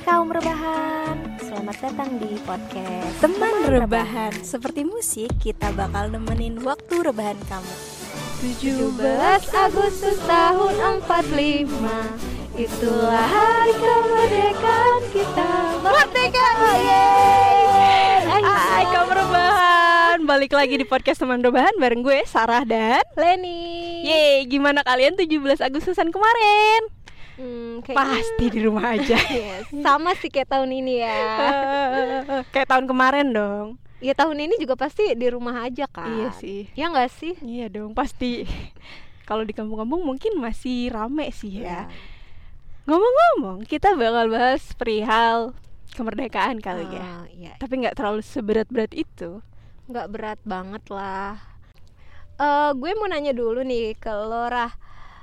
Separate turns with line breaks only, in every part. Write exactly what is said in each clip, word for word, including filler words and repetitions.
Hai kaum rebahan, selamat datang di podcast
Teman Rebahan. Seperti musik, kita bakal nemenin waktu rebahan kamu.
tujuh belas Agustus tahun empat puluh lima, itulah hari kemerdekaan kita.
Merdeka!
Yeay!
Hai kaum rebahan, balik lagi di podcast Teman Rebahan bareng gue Sarah dan
Leni.
Yeay, gimana kalian tujuh belas Agustusan kemarin?
Hmm, kayaknya...
Pasti di rumah aja.
Yes, sama sih kayak tahun ini ya.
Kayak tahun kemarin dong.
Ya tahun ini juga pasti di rumah aja kan.
Iya sih.
Ya nggak sih?
Iya dong, pasti. Kalau di kampung-kampung mungkin masih rame sih ya. Ngomong-ngomong, kita bakal bahas perihal kemerdekaan kali ya.
Oh, iya.
Tapi nggak terlalu seberat-berat itu.
Nggak berat banget lah. Uh, gue mau nanya dulu nih ke Lorah,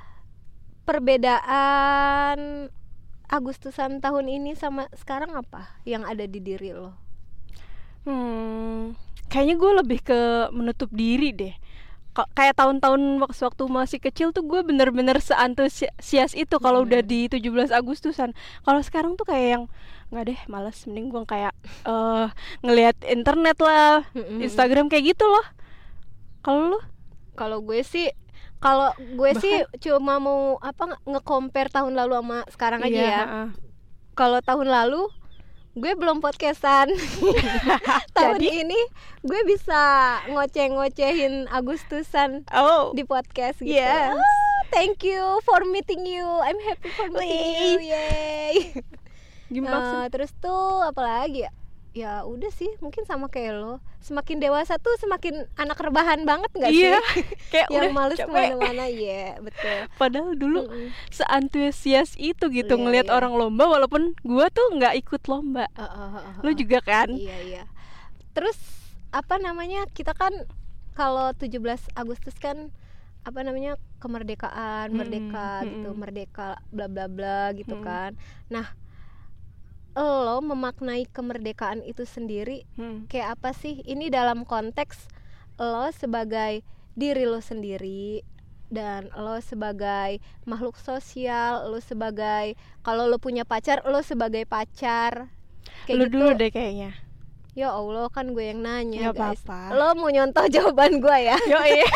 perbedaan Agustusan tahun ini sama sekarang apa yang ada di diri lo?
Hmm, kayaknya gue lebih ke menutup diri deh. K- kayak tahun-tahun waktu masih kecil tuh gue bener-bener seantusias itu kalau
Hmm.
udah di tujuh belas Agustusan. Kalau sekarang tuh kayak yang nggak deh, malas, mending gue kayak uh, ngelihat internet lah,
Mm-mm.
Instagram kayak gitu loh. Kalau lu?
Kalau gue sih, kalau gue
Bahkan-
sih cuma mau apa nge- nge-compare tahun lalu sama sekarang aja
Iya,
ya.
uh-uh.
Kalau tahun lalu gue belum podcastan. Tahun
Jadi?
ini gue bisa ngoceh-ngocehin Agustusan
Oh,
di podcast gitu.
yes.
Ah, thank you for meeting you. I'm happy for meeting you. Yay.
Gimana
Nah,
maksud?
terus tuh apalagi ya? Ya udah sih, mungkin sama kayak lo. Semakin dewasa tuh semakin anak rebahan banget nggak
Iya,
sih?
kayak
Yang
udah
males
capek.
kemana-mana, ya betul.
Padahal dulu
Mm-mm.
seantusias itu gitu
Iya,
ngelihat
iya.
orang lomba, walaupun gua tuh nggak ikut lomba.
Uh, uh, uh, uh,
Lu juga kan?
Iya iya. Terus apa namanya, kita kan kalau tujuh belas Agustus kan apa namanya, kemerdekaan,
Hmm,
merdeka
hmm,
gitu,
hmm.
merdeka bla bla bla gitu
Hmm.
kan. Nah, lo memaknai kemerdekaan itu sendiri
Hmm.
kayak apa sih? Ini dalam konteks lo sebagai diri lo sendiri, dan lo sebagai makhluk sosial, lo sebagai, kalau lo punya pacar, lo sebagai pacar.
Lu
Kayak
dulu
gitu.
deh kayaknya.
Ya Allah, kan gue yang nanya,
Nggak
guys.
apa-apa.
Lo mau nyontoh jawaban gue ya?
Yo iya.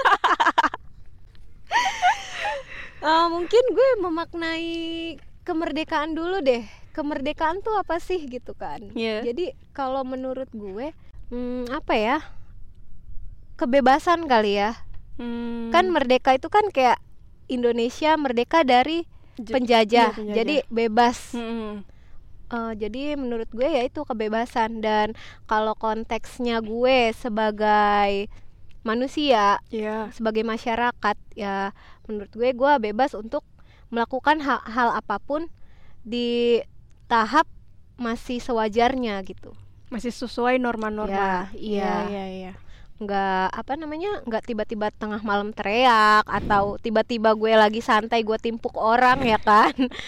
Uh, mungkin gue memaknai kemerdekaan dulu deh. Kemerdekaan tuh apa sih gitu kan?
Iya.
Jadi kalau menurut gue, hmm, apa ya? Kebebasan kali ya.
Hmm.
Kan merdeka itu kan kayak Indonesia merdeka dari
J-
penjajah,
iya, penjajah.
jadi bebas.
Hmm.
Uh, jadi menurut gue ya itu kebebasan. Dan kalau konteksnya gue sebagai manusia,
Iya.
sebagai masyarakat, ya menurut gue gue bebas untuk melakukan hal, hal apapun di tahap masih sewajarnya gitu.
Masih sesuai norma-norma.
Ya, iya.
Iya, iya.
Nggak apa namanya, nggak tiba-tiba tengah malam teriak, atau tiba-tiba gue lagi santai gue timpuk orang ya kan.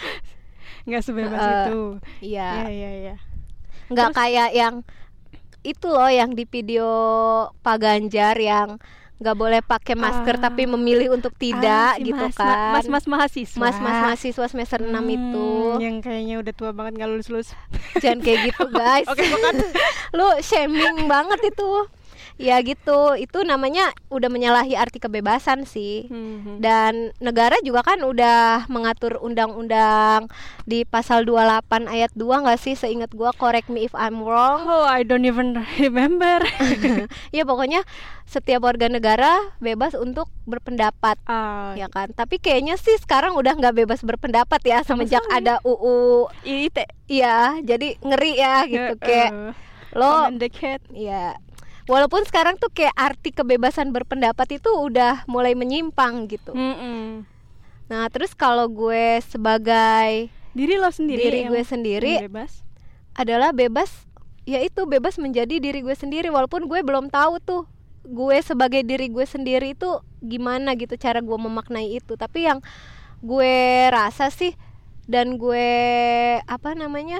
Nggak sebebas
Uh,
itu.
Iya,
Iya, iya, iya.
nggak
Terus-
kayak yang itu loh, yang di video Pak Ganjar yang nggak boleh pakai masker
Ah.
tapi memilih untuk tidak
Ah, si
gitu
mas-
kan.
Mas-mas mahasiswa.
Mas-mas mahasiswa semester enam
Hmm,
itu.
yang kayaknya udah tua banget nggak lulus-lulus.
Jangan kayak gitu guys.
Oke, bukan.
Lu shaming banget itu. Ya gitu, itu namanya udah menyalahi arti kebebasan sih.
Hmm.
Dan negara juga kan udah mengatur undang-undang di pasal dua puluh delapan ayat dua nggak sih, seingat gua, correct me if I'm wrong.
Oh, I don't even remember.
Ya pokoknya setiap warga negara bebas untuk berpendapat,
Ah,
ya kan. Tapi kayaknya sih sekarang udah nggak bebas berpendapat ya semenjak
sekali.
ada U U.
I T.
Iya, jadi ngeri ya gitu,
Eh,
kayak
eh,
lo.
Command the cat.
Ya, walaupun sekarang tuh kayak arti kebebasan berpendapat itu udah mulai menyimpang gitu.
Mm-mm.
Nah, terus kalau gue sebagai
Diri lo sendiri
diri
yang
gue sendiri
bebas.
adalah bebas, yaitu bebas menjadi diri gue sendiri, walaupun gue belum tahu tuh gue sebagai diri gue sendiri itu gimana gitu cara gue memaknai itu. Tapi yang gue rasa sih, dan gue apa namanya,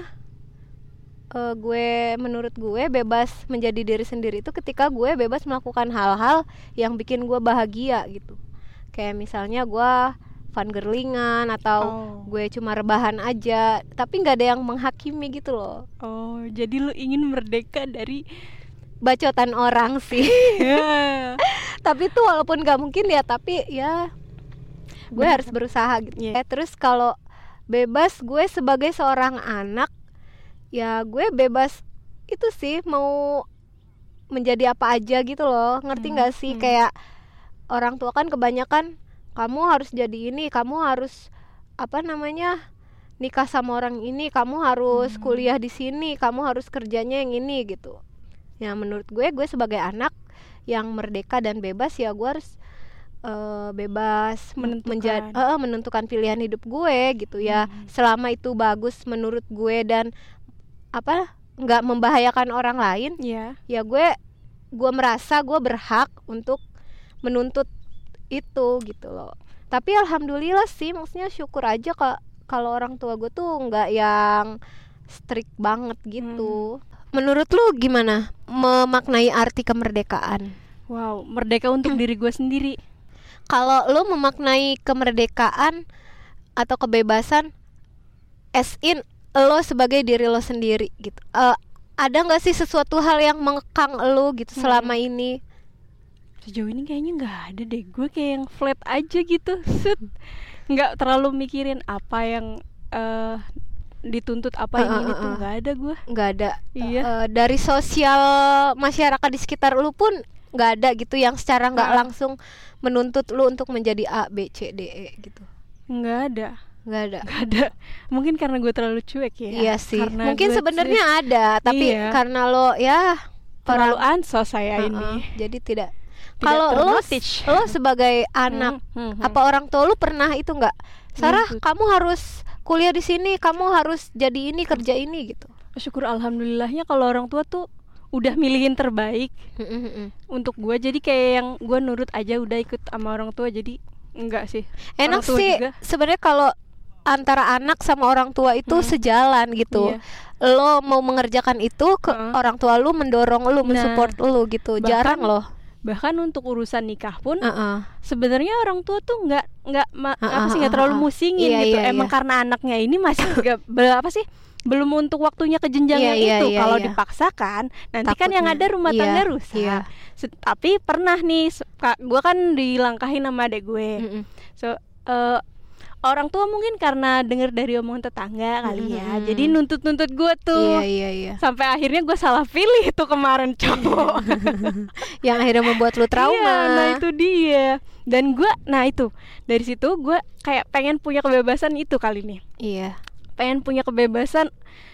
uh, gue menurut gue bebas menjadi diri sendiri itu ketika gue bebas melakukan hal-hal yang bikin gue bahagia gitu. Kayak misalnya gue fangirlingan atau
Oh.
gue cuma rebahan aja, tapi nggak ada yang menghakimi gitu loh.
Oh, jadi lu ingin merdeka dari
Bacotan orang sih.
ya.
Tapi itu walaupun nggak mungkin ya, tapi ya gue
Bener.
harus berusaha gitu.
Iya.
Eh, terus kalau bebas, gue sebagai seorang anak ya gue bebas itu sih, mau menjadi apa aja gitu loh. Ngerti nggak
Hmm,
sih?
hmm.
Kayak orang tua kan kebanyakan kamu harus jadi ini, kamu harus apa namanya nikah sama orang ini, kamu harus
Hmm.
kuliah di sini, kamu harus kerjanya yang ini gitu. Ya menurut gue, gue sebagai anak yang merdeka dan bebas ya gue harus eh, bebas
Menentukan.
menjadi menentukan pilihan hidup gue gitu ya.
Hmm.
Selama itu bagus menurut gue dan apa nggak membahayakan orang lain,
Ya.
ya gue gue merasa gue berhak untuk menuntut itu gitu loh. Tapi alhamdulillah sih, maksudnya syukur aja kak kalau orang tua gue tuh nggak yang strict banget gitu. Menurut lu gimana memaknai arti kemerdekaan?
Wow, merdeka untuk diri gue sendiri.
Kalau lu memaknai kemerdekaan atau kebebasan as in lo sebagai diri lo sendiri gitu, Eh, ada nggak sih sesuatu hal yang mengekang lo gitu
Hmm.
selama ini?
Sejauh ini kayaknya nggak ada deh. Gue kayak yang flat aja gitu. Set. Nggak terlalu mikirin apa yang eh, dituntut apa
Uh,
ini
uh,
itu
uh.
nggak ada gue.
Nggak ada.
Iya.
Eh, dari sosial masyarakat di sekitar lu pun nggak ada gitu yang secara nggak
Ah.
langsung menuntut lu untuk menjadi A B C D E gitu.
Nggak ada.
Nggak ada.
Nggak ada. Mungkin karena gue terlalu cuek ya.
Iya sih.
Karena
Mungkin
gue
sebenarnya
cuek.
ada, tapi
Iya.
karena lo ya
terlalu
orang
ansos saya
uh-uh,
ini.
jadi tidak.
Tidak
Kalau lo
ternotice.
lo sebagai anak,
Hmm, hmm, hmm.
apa orang tua lu pernah itu nggak? Sarah,
Nuntut.
kamu harus kuliah di sini, kamu harus jadi ini, kerja ini gitu.
Syukur alhamdulillahnya kalau orang tua tuh udah milihin terbaik untuk gue. Jadi kayak yang gue nurut aja, udah ikut sama orang tua. Jadi enggak sih.
Enak
Orang tua
sih
juga.
sebenarnya kalau antara anak sama orang tua itu
Hmm.
sejalan gitu.
Iya.
Lo mau mengerjakan itu, ke
Heeh.
orang tua lu mendorong lu,
Nah,
mensupport lu gitu.
bahkan-
Jarang loh.
Bahkan untuk urusan nikah pun
Heeh.
sebenarnya orang tua tuh nggak nggak ma-
Ah,
apa sih
ah,
nggak
ah,
terlalu
ah.
musingin
Iya,
gitu.
iya,
Emang
iya.
karena anaknya ini masih nggak be- apa sih belum untuk waktunya ke jenjang
Iya,
yang
iya,
itu.
iya,
Kalau
iya.
dipaksakan nanti kan yang
Takutnya.
ada rumah
Iya,
tangga rusak.
iya.
Se- Tapi pernah nih, gue kan dilangkahin sama adek gue.
Mm-mm.
So eh, orang tua mungkin karena denger dari omongan tetangga kali ya,
Mm-mm.
jadi nuntut-nuntut gue tuh.
Iya iya iya.
Sampai akhirnya gue salah pilih tuh kemarin cowok.
Yang akhirnya membuat lu trauma.
Iya, nah itu dia. Dan gue, nah itu dari situ gue kayak pengen punya kebebasan itu kali nih.
Iya.
Pengen punya kebebasan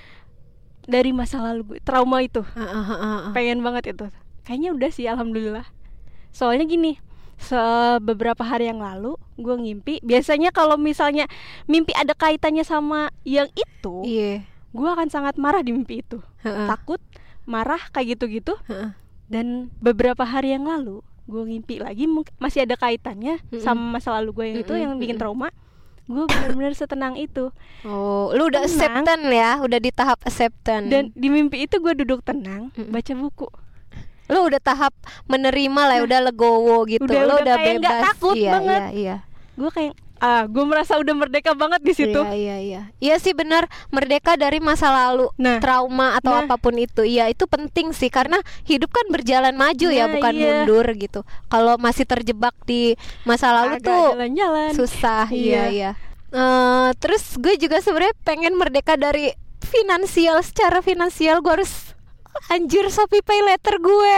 dari masa lalu gue, trauma itu.
Heeh, heeh, heeh.
Pengen banget itu. Kayaknya udah sih, alhamdulillah. Soalnya gini, se- beberapa hari yang lalu gue ngimpi. Biasanya kalau misalnya mimpi ada kaitannya sama yang itu,
Iya.
gue akan sangat marah di mimpi itu.
Heeh.
Takut, marah kayak gitu-gitu.
Heeh.
Dan beberapa hari yang lalu gue ngimpi lagi, mungkin masih ada kaitannya
Mm-mm.
sama masa lalu gue yang itu
Mm-mm,
yang bikin
mm-mm.
trauma. Gue benar-benar setenang itu.
Oh, lu udah
Tenang.
acceptance ya, udah di tahap acceptance.
Dan di mimpi itu gue duduk tenang,
Mm-mm.
baca buku.
lu udah tahap menerima lah,
Nah,
udah legowo gitu.
udah-
Lu
udah
udah
kayak nggak
bebas.
takut
iya,
banget.
Iya, iya.
Gue kayak ah, gue merasa udah merdeka banget di situ.
Iya, iya, iya. Iya sih benar, merdeka dari masa lalu,
Nah,
trauma atau
nah.
apapun itu. Iya, itu penting sih karena hidup kan berjalan maju ya,
Nah,
bukan
iya.
mundur gitu. Kalau masih terjebak di masa lalu
agak
tuh
jalan-jalan.
susah. Iya,
Iya.
iya. Eh, terus gue juga sebenarnya pengen merdeka dari finansial. Secara finansial gue harus anjir Shopee Pay Later gue.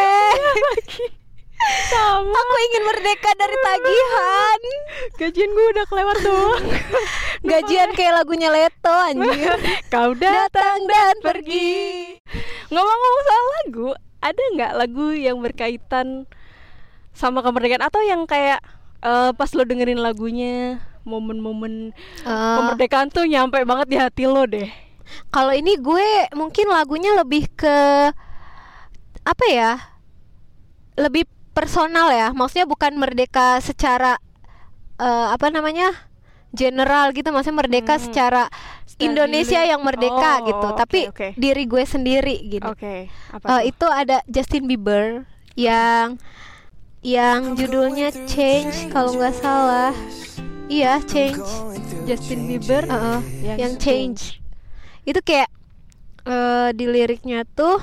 Sama.
Aku ingin merdeka dari tagihan.
Gajian gue udah kelewat tuh.
Gajian kayak lagunya Leto anjir.
Kau
Datang dan pergi.
Ngomong-ngomong soal lagu, ada nggak lagu yang berkaitan sama kemerdekaan atau yang kayak eh, pas lo dengerin lagunya momen-momen
Eh,
kemerdekaan tuh nyampe banget di hati lo deh?
Kalau ini gue mungkin lagunya lebih ke apa ya? Lebih personal ya. Maksudnya bukan merdeka secara eh, apa namanya? General gitu, maksudnya merdeka
Hmm.
secara
Secara
Indonesia
diri.
yang merdeka
Oh,
gitu,
oke,
tapi
oke.
diri gue sendiri gitu.
Oke, apa
Eh,
tuh?
itu ada Justin Bieber yang yang judulnya Change kalau nggak salah. Iya, Change.
Justin Bieber
Uh-uh,
yang,
yang Change. Itu kayak uh, di liriknya tuh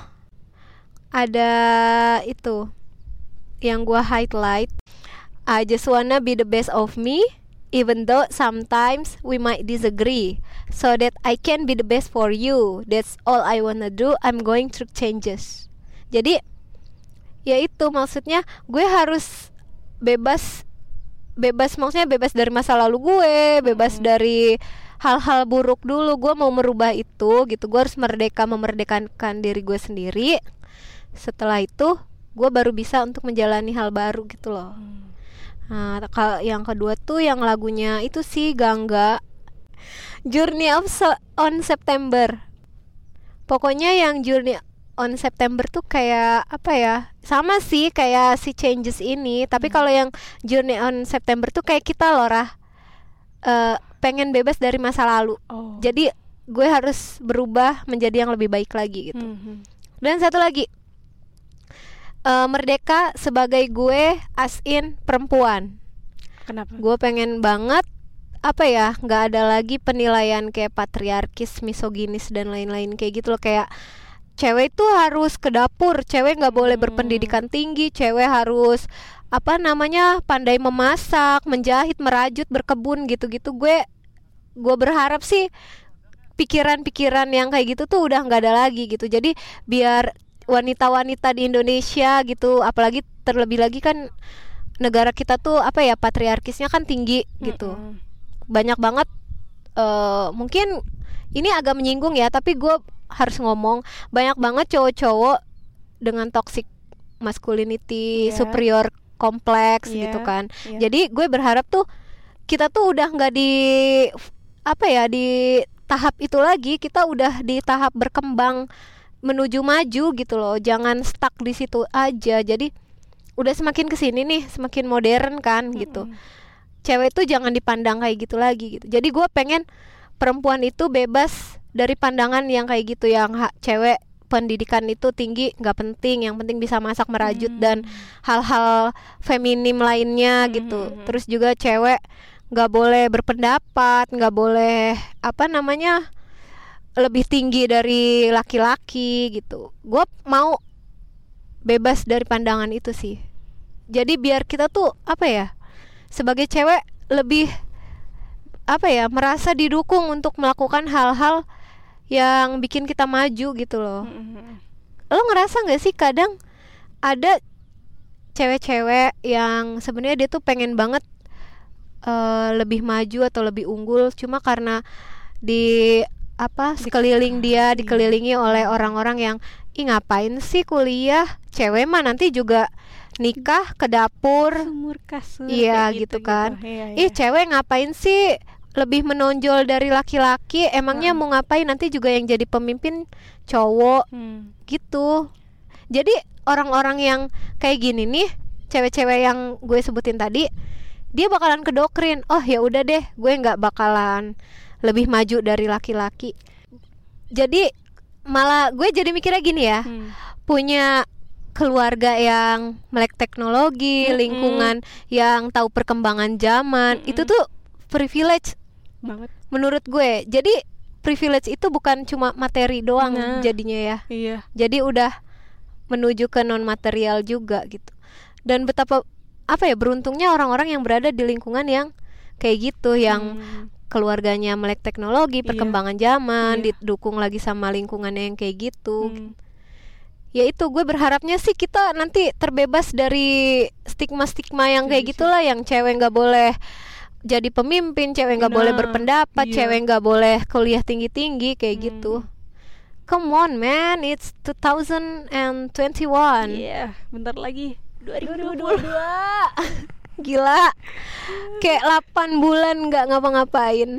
ada itu yang gua highlight. I just wanna be the best of me, even though sometimes we might disagree, so that I can be the best for you. That's all I wanna do. I'm going through changes. Jadi ya itu maksudnya gue harus bebas bebas maksudnya bebas dari masa lalu gue, bebas hmm. dari hal-hal buruk dulu. Gue mau merubah itu gitu. Gue harus merdeka, memerdekakan diri gue sendiri. Setelah itu gue baru bisa untuk menjalani hal baru gitu loh. hmm. Nah, kalau yang kedua tuh yang lagunya itu sih Gangga, Journey of so- on September. Pokoknya yang Journey on September tuh kayak apa ya? Sama sih kayak si Changes ini, tapi hmm. kalau yang Journey on September tuh kayak kita loh Rah, uh, pengen bebas dari masa lalu. Oh. Jadi gue harus berubah menjadi yang lebih baik lagi gitu. Hmm. Dan satu lagi, uh, merdeka sebagai gue as in perempuan.
Kenapa?
Gue pengen banget apa ya, nggak ada lagi penilaian kayak patriarkis, misoginis dan lain-lain kayak gitu loh. Kayak cewek itu harus ke dapur, cewek nggak boleh berpendidikan tinggi, cewek harus apa namanya pandai memasak, menjahit, merajut, berkebun gitu-gitu. Gue gue berharap sih pikiran-pikiran yang kayak gitu tuh udah nggak ada lagi gitu. Jadi biar wanita-wanita di Indonesia gitu, apalagi terlebih lagi kan negara kita tuh apa ya, patriarkisnya kan tinggi gitu. Mm-hmm. Banyak banget uh, mungkin ini agak menyinggung ya, tapi gue harus ngomong, banyak banget cowok-cowok dengan toxic masculinity, yeah. superior kompleks yeah. gitu kan. Yeah. Jadi gue berharap tuh kita tuh udah nggak di apa ya di tahap itu lagi, kita udah di tahap berkembang menuju maju gitu loh. Jangan stuck di situ aja. Jadi udah semakin kesini nih, semakin modern kan gitu. Mm-hmm. Cewek tuh jangan dipandang kayak gitu lagi gitu. Jadi gue pengen perempuan itu bebas dari pandangan yang kayak gitu, yang ha, cewek pendidikan itu tinggi nggak penting, yang penting bisa masak, merajut hmm. dan hal-hal feminim lainnya gitu. Hmm. Terus juga cewek nggak boleh berpendapat, nggak boleh apa namanya lebih tinggi dari laki-laki gitu. Gue mau bebas dari pandangan itu sih. Jadi biar kita tuh apa ya, sebagai cewek lebih apa ya, merasa didukung untuk melakukan hal-hal yang bikin kita maju gitu loh. Mm-hmm. Lo ngerasa nggak sih kadang ada cewek-cewek yang sebenarnya dia tuh pengen banget uh, lebih maju atau lebih unggul, cuma karena di apa sekeliling dia dikelilingi oleh orang-orang yang ih ngapain sih kuliah, cewek mah nanti juga nikah ke dapur,
sumur kasur,
iya gitu, gitu kan. Gitu. Iya, iya. Ih cewek ngapain sih lebih menonjol dari laki-laki, emangnya hmm. mau ngapain, nanti juga yang jadi pemimpin cowok hmm. gitu. Jadi orang-orang yang kayak gini nih, cewek-cewek yang gue sebutin tadi, dia bakalan kedoktrin, oh ya udah deh, gue nggak bakalan lebih maju dari laki-laki. Jadi malah gue jadi mikirnya gini ya, hmm. punya keluarga yang melek teknologi, hmm. lingkungan yang tahu perkembangan zaman, hmm. itu tuh privilege banget menurut gue. Jadi privilege itu bukan cuma materi doang nah, jadinya ya.
Iya.
Jadi udah menuju ke non material juga gitu. Dan betapa apa ya beruntungnya orang-orang yang berada di lingkungan yang kayak gitu, yang hmm. keluarganya melek teknologi, perkembangan iya. zaman, iya. didukung lagi sama lingkungannya yang kayak gitu. Hmm. Ya itu gue berharapnya sih kita nanti terbebas dari stigma-stigma yang kayak gitulah, yang cewek nggak boleh jadi pemimpin, cewek nggak nah, boleh berpendapat, iya. cewek nggak boleh kuliah tinggi-tinggi kayak hmm. gitu. Come on man, it's two thousand twenty-one.
Iya, yeah, bentar lagi dua ribu dua puluh dua.
Gila, kayak delapan bulan nggak ngapa-ngapain.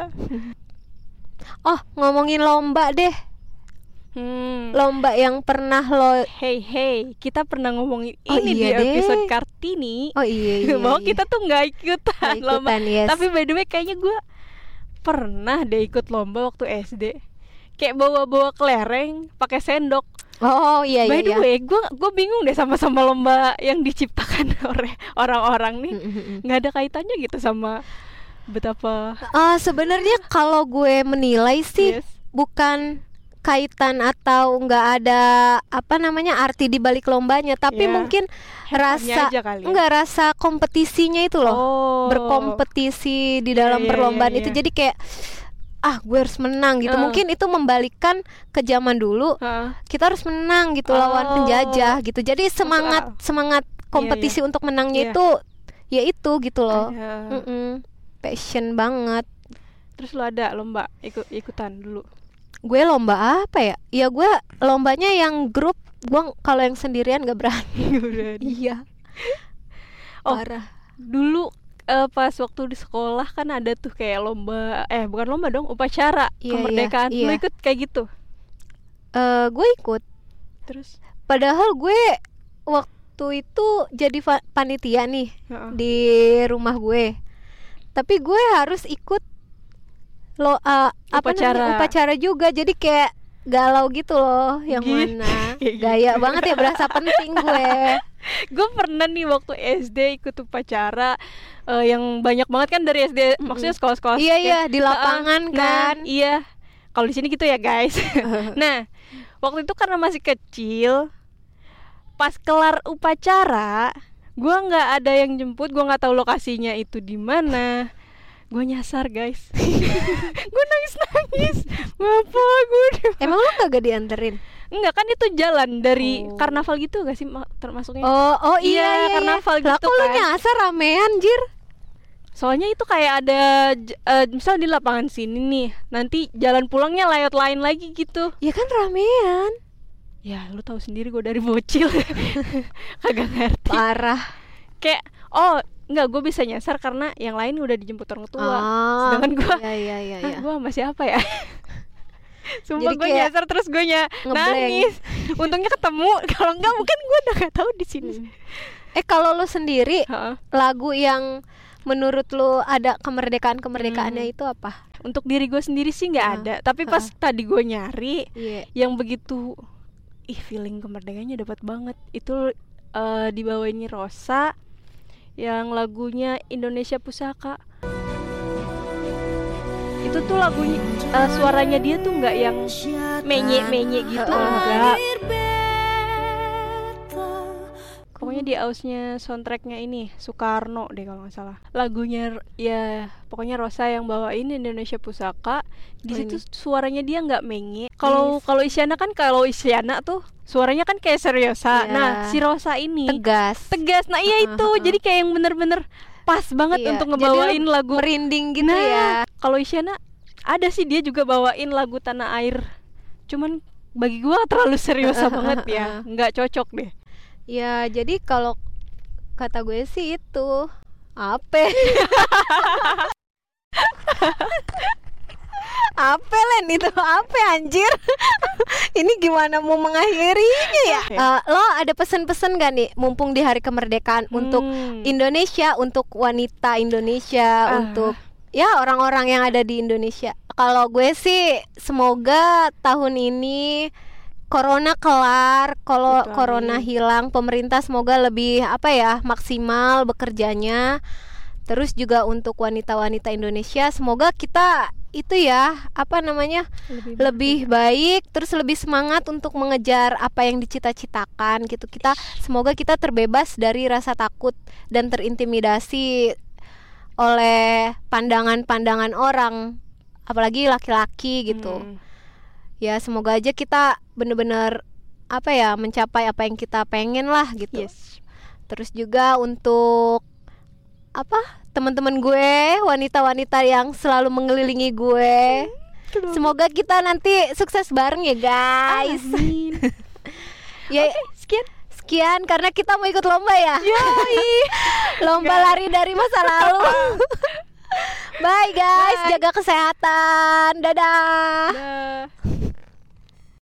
Oh ngomongin lomba deh. Hmm. Lomba yang pernah lo
hey hey kita pernah ngomongin
oh,
ini
iya
di
deh.
episode Kartini.
Oh iya iya.
Bahwa kita tuh nggak ikutan,
ikutan
lomba.
Yes.
Tapi by the way kayaknya gue pernah deh ikut lomba waktu S D. Kayak bawa-bawa kelereng, pakai sendok.
Oh iya iya.
By the way, gue gue bingung deh sama-sama lomba yang diciptakan oleh orang-orang nih, nggak ada kaitannya gitu sama betapa
Uh, sebenarnya kalau gue menilai sih
yes.
bukan kaitan atau nggak ada apa namanya arti di balik lombanya, tapi
Yeah.
mungkin
Hanya
rasa
aja kali ya.
nggak rasa kompetisinya itu loh,
Oh.
berkompetisi di dalam
Iya, iya,
perlombaan
iya,
itu,
iya.
jadi kayak ah gue harus menang gitu.
Uh.
Mungkin itu membalikkan ke zaman dulu,
Heeh.
kita harus menang gitu lawan
Oh.
penjajah gitu. Jadi semangat
akal.
semangat kompetisi untuk menangnya
Iya.
itu ya itu gitu loh.
Ada.
Mm-mm. Passion banget.
Terus lu ada lomba ikut ikutan dulu?
Gue lomba apa ya? Ya gue lombanya yang grup. Gue kalau yang sendirian gak berani. Iya.
Oh.
Parah.
Dulu eh, pas waktu di sekolah kan ada tuh kayak lomba, eh bukan lomba dong, upacara
Iya,
kemerdekaan.
iya,
Lu
iya.
ikut kayak gitu?
Eh, gue ikut.
Terus?
Padahal gue waktu itu jadi fa- panitia nih
Heeh.
di rumah gue. Tapi gue harus ikut lo uh, apa
Upacara.
namanya upacara juga. Jadi kayak galau gitu loh, yang
Gitu.
mana
Kayak
gaya banget ya, berasa penting gue.
Gue pernah nih waktu S D ikut upacara eh, yang banyak banget kan dari S D, maksudnya sekolah-sekolah.
Iya
kayak-
iya di lapangan
Nah,
kan.
iya. Kalau di sini gitu ya guys. Nah, waktu itu karena masih kecil, pas kelar upacara, gua nggak ada yang jemput, gua nggak tahu lokasinya itu di mana. Gue nyasar guys. Gue nangis-nangis. Bapak gue
Emang lu kagak dianterin?
enggak kan itu jalan dari
Oh.
karnaval gitu gak sih ma- termasuknya?
Oh, oh
Iya,
iya, iya,
karnaval
iya. Lah,
gitu
kok lu
kan.
nyasar ramean, Jir?
Soalnya itu kayak ada j- eh, misal di lapangan sini nih, nanti jalan pulangnya layout lain lagi gitu.
Ya kan ramean.
Ya lu tahu sendiri gue dari bocil. Kagak ngerti.
Parah.
Kayak oh enggak, gue bisa nyasar karena yang lain udah dijemput orang tua.
Ah,
Sedangkan gue
Iya iya iya iya.
gue masih apa ya? Sumpah
Jadi
gue
kayak
nyasar terus gue ny-
ngeblank.
nangis. Untungnya ketemu. Kalau enggak mungkin gue udah gak tahu di sini.
Eh kalau lu sendiri
Heeh.
lagu yang menurut lu ada kemerdekaan-kemerdekaannya
Hmm.
itu apa?
Untuk diri gue sendiri sih nggak
Ah,
ada. Tapi pas tadi gue nyari
Iya.
yang begitu, ih feeling kemerdekaannya dapat banget. Itu eh, dibawainnya Rosa, yang lagunya Indonesia Pusaka. Itu tuh lagunya eh, suaranya dia tuh nggak yang menye-menye gitu,
Heeh.
enggak. Pokoknya di ausnya soundtracknya ini Soekarno deh kalau nggak salah. Lagunya r- ya pokoknya Rosa yang bawain Indonesia Pusaka. Di
Oh,
situ
ini.
suaranya dia nggak menye. Kalau kalau Isyana kan kalau Isyana tuh suaranya kan kayak seriosa.
Iya.
Nah si Rosa ini
Tegas.
tegas. Nah iya itu.
Heeh.
Jadi kayak yang bener-bener pas banget
Iya,
untuk
jadi
ngebawain
lu
lagu.
merinding gitu
Nah,
ya.
kalau Isyana ada sih dia juga bawain lagu Tanah Air. Cuman bagi gua terlalu seriosa banget ya. Nggak cocok deh.
Ya jadi kalau kata gue sih itu apa? Apa Len itu apa anjir? Ini gimana mau mengakhirinya ya?
Oke.
Eh, lo ada pesan-pesan gak nih mumpung di hari kemerdekaan untuk
Hmm.
Indonesia, untuk wanita Indonesia,
Ah.
untuk ya orang-orang yang ada di Indonesia? Kalau gue sih semoga tahun ini Corona kelar, kalau
Gitu,
corona
amin.
hilang, pemerintah semoga lebih apa ya maksimal bekerjanya. Terus juga untuk wanita-wanita Indonesia, semoga kita itu ya apa namanya
lebih,
lebih baik, terus lebih semangat untuk mengejar apa yang dicita-citakan gitu. Kita semoga kita terbebas dari rasa takut dan terintimidasi oleh pandangan-pandangan orang, apalagi laki-laki gitu.
Hmm.
Ya semoga aja kita bener-bener apa ya mencapai apa yang kita pengen lah gitu.
Yes.
Terus juga untuk apa teman-teman gue, wanita-wanita yang selalu mengelilingi gue, semoga kita nanti sukses bareng ya guys.
Amin.
Ya
Sekian.
sekian karena kita mau ikut lomba ya. Lomba
Nggak.
lari dari masa lalu. Bye guys,
Bye.
jaga kesehatan. Dadah.
Dah.